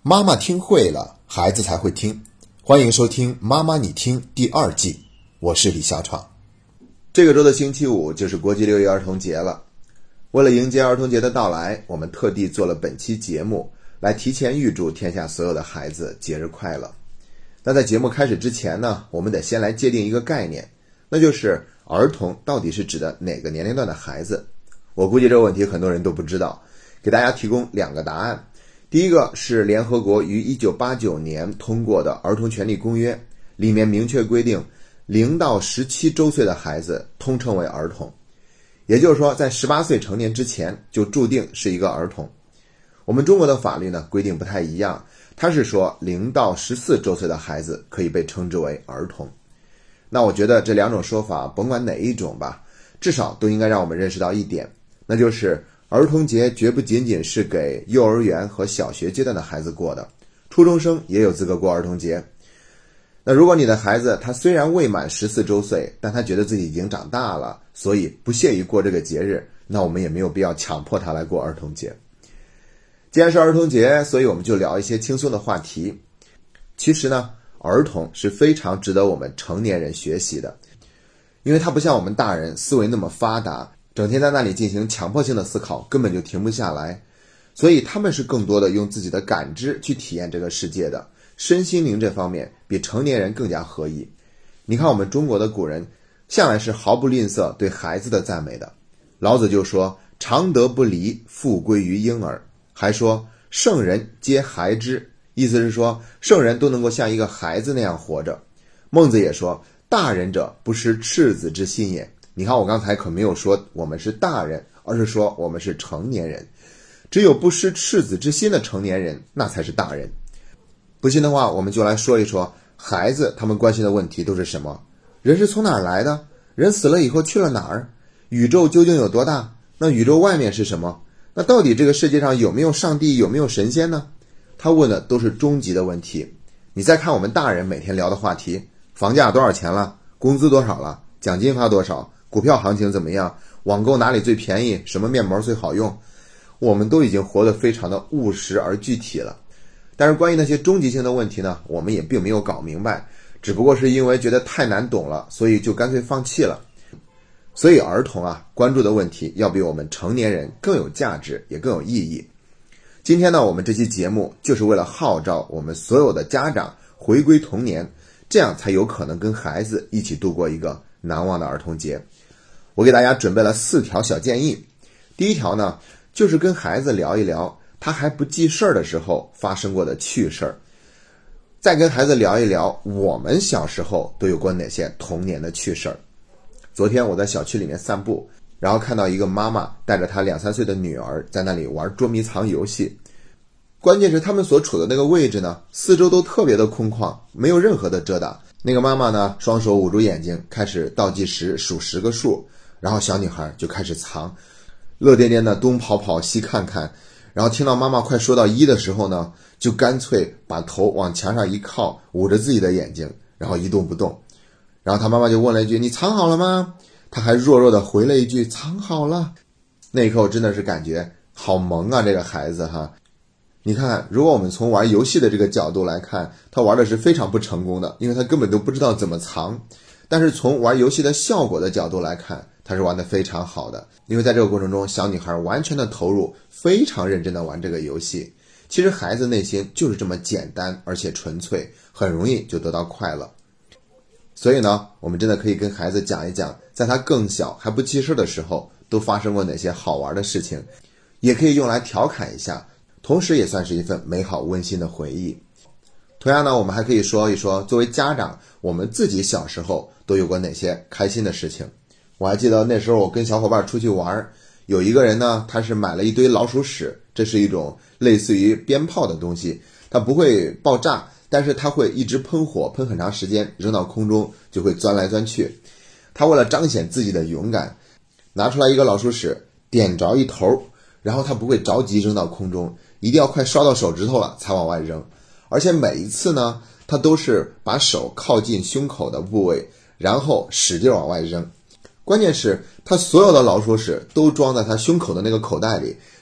妈妈听会了，孩子才会听。欢迎收听妈妈你听第2季，我是李小闯。这个周的星期五就是国际6一儿童节了。为了迎接儿童节的到来，我们特地做了本期节目，来提前预祝天下所有的孩子节日快乐。那在节目开始之前呢，我们得先来界定一个概念，那就是儿童到底是指的哪个年龄段的孩子。我估计这个问题很多人都不知道，给大家提供2个答案。第一个是联合国于1989年通过的儿童权利公约，里面明确规定0到17周岁的孩子通称为儿童，也就是说在18岁成年之前就注定是一个儿童。我们中国的法律呢规定不太一样，它是说0到14周岁的孩子可以被称之为儿童。那我觉得这2种说法甭管哪一种吧，至少都应该让我们认识到一点，那就是儿童节绝不仅仅是给幼儿园和小学阶段的孩子过的，初中生也有资格过儿童节。那如果你的孩子他虽然未满14周岁，但他觉得自己已经长大了，所以不屑于过这个节日，那我们也没有必要强迫他来过儿童节。既然是儿童节，所以我们就聊一些轻松的话题。其实呢，儿童是非常值得我们成年人学习的，因为他不像我们大人思维那么发达，整天在那里进行强迫性的思考，根本就停不下来，所以他们是更多的用自己的感知去体验这个世界的，身心灵这方面比成年人更加合一。你看我们中国的古人向来是毫不吝啬对孩子的赞美的，老子就说常德不离，复归于婴儿，还说圣人皆孩之，意思是说圣人都能够像一个孩子那样活着。孟子也说大人者不失赤子之心也。你看我刚才可没有说我们是大人，而是说我们是成年人。只有不失赤子之心的成年人，那才是大人。不信的话，我们就来说一说孩子他们关心的问题都是什么。人是从哪儿来的？人死了以后去了哪儿？宇宙究竟有多大？那宇宙外面是什么？那到底这个世界上有没有上帝，有没有神仙呢？他问的都是终极的问题。你再看我们大人每天聊的话题，房价多少钱了？工资多少了？奖金发多少？股票行情怎么样？网购哪里最便宜？什么面膜最好用？我们都已经活得非常的务实而具体了。但是关于那些终极性的问题呢，我们也并没有搞明白，只不过是因为觉得太难懂了，所以就干脆放弃了。所以儿童关注的问题要比我们成年人更有价值，也更有意义。今天呢，我们这期节目就是为了号召我们所有的家长回归童年，这样才有可能跟孩子一起度过一个难忘的儿童节。我给大家准备了4条小建议。第一条呢，就是跟孩子聊一聊他还不记事儿的时候发生过的趣事儿，再跟孩子聊一聊我们小时候都有过哪些童年的趣事儿。昨天我在小区里面散步，然后看到一个妈妈带着她2、3岁的女儿在那里玩捉迷藏游戏。关键是他们所处的那个位置呢，四周都特别的空旷，没有任何的遮挡。那个妈妈呢，双手捂住眼睛，开始倒计时数10个数，然后小女孩就开始藏，乐颠颠的东跑跑西看看，然后听到妈妈快说到1的时候呢，就干脆把头往墙上一靠，捂着自己的眼睛，然后一动不动。然后他妈妈就问了一句，你藏好了吗？他还弱弱的回了一句，藏好了。那一刻我真的是感觉好萌啊，这个孩子哈。你看，如果我们从玩游戏的这个角度来看，他玩的是非常不成功的，因为他根本都不知道怎么藏。但是从玩游戏的效果的角度来看，他是玩得非常好的，因为在这个过程中，小女孩完全的投入，非常认真的玩这个游戏。其实孩子内心就是这么简单而且纯粹，很容易就得到快乐。所以呢，我们真的可以跟孩子讲一讲，在他更小还不记事的时候都发生过哪些好玩的事情，也可以用来调侃一下，同时也算是一份美好温馨的回忆。同样呢，我们还可以说一说作为家长，我们自己小时候都有过哪些开心的事情。我还记得那时候我跟小伙伴出去玩，有一个人呢，他是买了一堆老鼠屎，这是一种类似于鞭炮的东西，它不会爆炸，但是它会一直喷火，喷很长时间，扔到空中就会钻来钻去。他为了彰显自己的勇敢，拿出来一个老鼠屎，点着一头，然后他不会着急扔到空中，一定要快烧到手指头了才往外扔。而且每一次呢，他都是把手靠近胸口的部位，然后使劲往外扔。关键是他所有的老鼠屎都装在他胸口的那个口袋里，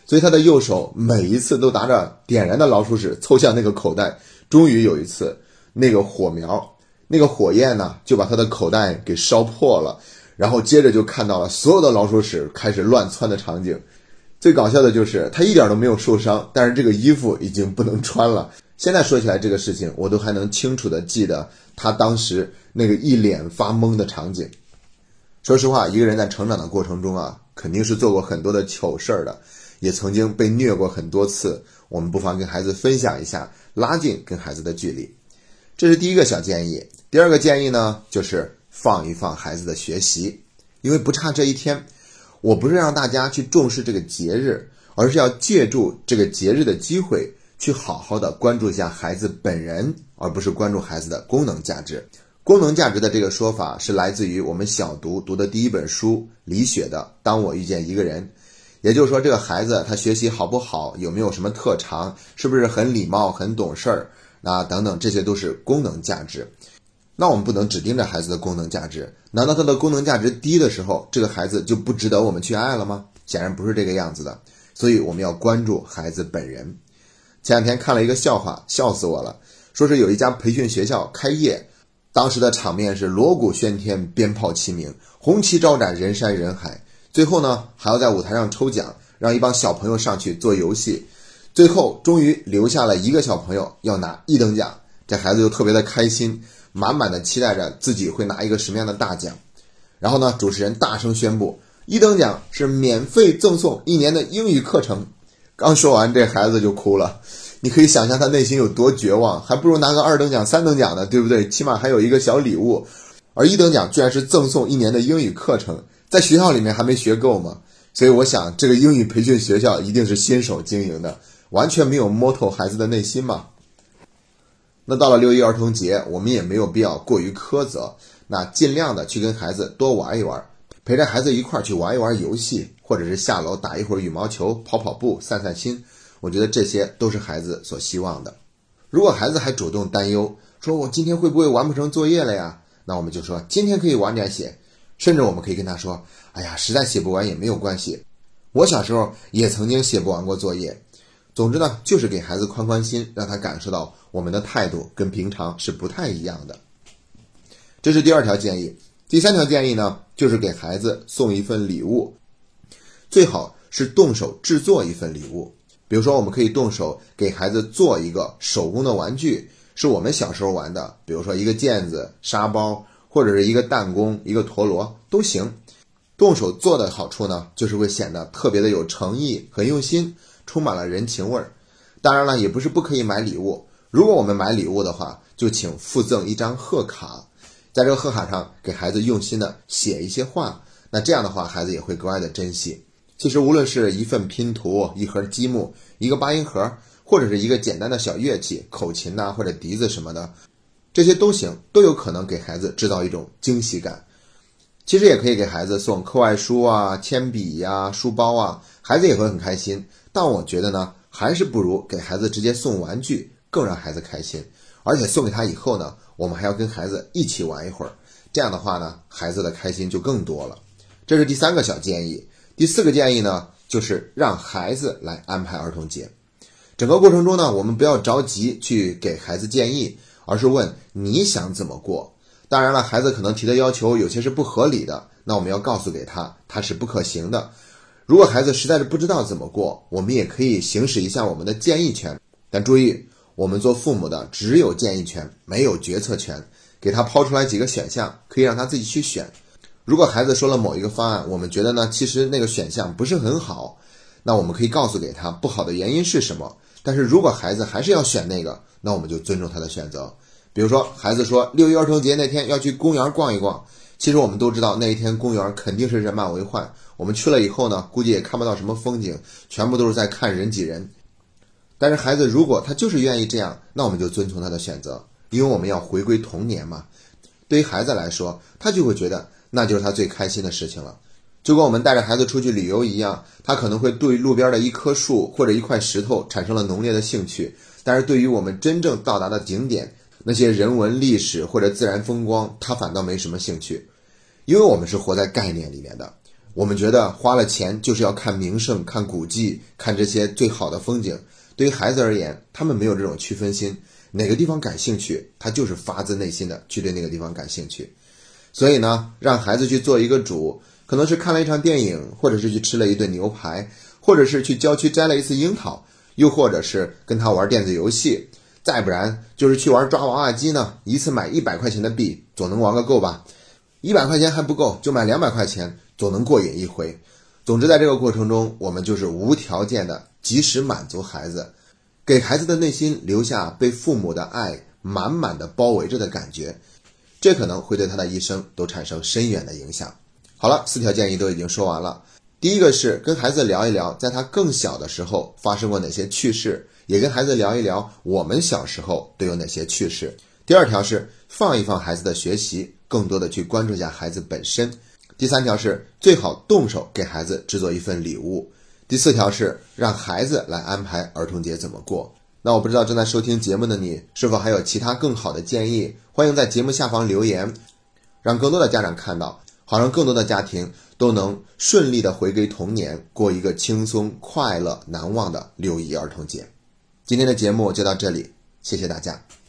所以他的右手每一次都拿着点燃的老鼠屎凑向那个口袋。终于有一次，那个火焰呢就把他的口袋给烧破了，然后接着就看到了所有的老鼠屎开始乱窜的场景。最搞笑的就是他一点都没有受伤，但是这个衣服已经不能穿了。现在说起来这个事情，我都还能清楚地记得他当时那个一脸发懵的场景。说实话，一个人在成长的过程中啊，肯定是做过很多的糗事儿的，也曾经被虐过很多次，我们不妨跟孩子分享一下，拉近跟孩子的距离。这是第一个小建议。第二个建议呢，就是放一放孩子的学习，因为不差这一天。我不是让大家去重视这个节日，而是要借助这个节日的机会，去好好的关注一下孩子本人，而不是关注孩子的功能价值。功能价值的这个说法是来自于我们小读的第一本书李雪的《当我遇见一个人》。也就是说，这个孩子他学习好不好，有没有什么特长，是不是很礼貌很懂事儿，等等，这些都是功能价值。那我们不能只盯着孩子的功能价值，难道他的功能价值低的时候，这个孩子就不值得我们去爱了吗？显然不是这个样子的。所以我们要关注孩子本人。前两天看了一个笑话，笑死我了，说是有一家培训学校开业，当时的场面是锣鼓喧天，鞭炮齐鸣，红旗招展，人山人海。最后呢，还要在舞台上抽奖，让一帮小朋友上去做游戏。最后终于留下了一个小朋友要拿1等奖，这孩子就特别的开心，满满的期待着自己会拿一个什么样的大奖。然后呢，主持人大声宣布，1等奖是免费赠送1年的英语课程。刚说完，这孩子就哭了。你可以想象他内心有多绝望，还不如拿个2等奖、3等奖呢，对不对？起码还有一个小礼物。而1等奖居然是赠送1年的英语课程，在学校里面还没学够吗？所以我想，这个英语培训学校一定是新手经营的，完全没有摸透孩子的内心嘛。那到了6一儿童节，我们也没有必要过于苛责，那尽量的去跟孩子多玩一玩，陪着孩子一块去玩一玩游戏，或者是下楼打一会儿羽毛球，跑跑步，散散心。我觉得这些都是孩子所希望的。如果孩子还主动担忧，说我今天会不会完不成作业了呀？那我们就说今天可以晚点写，甚至我们可以跟他说，哎呀，实在写不完也没有关系，我小时候也曾经写不完过作业。总之呢，就是给孩子宽宽心，让他感受到我们的态度跟平常是不太一样的。这是第2条建议。第3条建议呢，就是给孩子送一份礼物，最好是动手制作一份礼物。比如说，我们可以动手给孩子做一个手工的玩具，是我们小时候玩的，比如说一个毽子、沙包，或者是一个弹弓、一个陀螺都行。动手做的好处呢，就是会显得特别的有诚意，很用心，充满了人情味儿。当然了，也不是不可以买礼物，如果我们买礼物的话，就请附赠一张贺卡，在这个贺卡上给孩子用心的写一些话，那这样的话孩子也会格外的珍惜。其实无论是一份拼图、一盒积木、一个8音盒，或者是一个简单的小乐器，口琴或者笛子什么的，这些都行，都有可能给孩子制造一种惊喜感。其实也可以给孩子送课外书铅笔书包孩子也会很开心。但我觉得呢，还是不如给孩子直接送玩具更让孩子开心。而且送给他以后呢，我们还要跟孩子一起玩一会儿，这样的话呢，孩子的开心就更多了。这是第3个小建议。第4个建议呢，就是让孩子来安排儿童节。整个过程中呢，我们不要着急去给孩子建议，而是问你想怎么过。当然了，孩子可能提的要求有些是不合理的，那我们要告诉给他，它是不可行的。如果孩子实在是不知道怎么过，我们也可以行使一下我们的建议权。但注意，我们做父母的只有建议权，没有决策权。给他抛出来几个选项，可以让他自己去选。如果孩子说了某一个方案，我们觉得呢，其实那个选项不是很好，那我们可以告诉给他不好的原因是什么。但是如果孩子还是要选那个，那我们就尊重他的选择。比如说孩子说6一儿童节那天要去公园逛一逛，其实我们都知道那一天公园肯定是人满为患，我们去了以后呢，估计也看不到什么风景，全部都是在看人挤人。但是孩子如果他就是愿意这样，那我们就遵从他的选择，因为我们要回归童年嘛。对于孩子来说，他就会觉得那就是他最开心的事情了。就跟我们带着孩子出去旅游一样，他可能会对路边的一棵树或者一块石头产生了浓烈的兴趣，但是对于我们真正到达的景点，那些人文历史或者自然风光，他反倒没什么兴趣。因为我们是活在概念里面的， 我们觉得花了钱就是要看名胜、看古迹、看这些最好的风景。对于孩子而言，他们没有这种区分心，哪个地方感兴趣，他就是发自内心的去对那个地方感兴趣。所以呢，让孩子去做一个主，可能是看了一场电影，或者是去吃了一顿牛排，或者是去郊区摘了一次樱桃，又或者是跟他玩电子游戏，再不然就是去玩抓娃娃机呢，一次买100块钱的币，总能玩个够吧？100块钱还不够，就买200块钱，总能过瘾一回。总之在这个过程中，我们就是无条件的及时满足孩子，给孩子的内心留下被父母的爱满满的包围着的感觉，这可能会对他的一生都产生深远的影响。好了，4条建议都已经说完了。第一个是跟孩子聊一聊在他更小的时候发生过哪些趣事，也跟孩子聊一聊我们小时候都有哪些趣事。第2条是放一放孩子的学习，更多的去关注一下孩子本身。第3条是最好动手给孩子制作一份礼物。第4条是让孩子来安排儿童节怎么过。那我不知道正在收听节目的你是否还有其他更好的建议，欢迎在节目下方留言，让更多的家长看到，好让更多的家庭都能顺利的回归童年，过一个轻松快乐难忘的6·1儿童节。今天的节目就到这里，谢谢大家。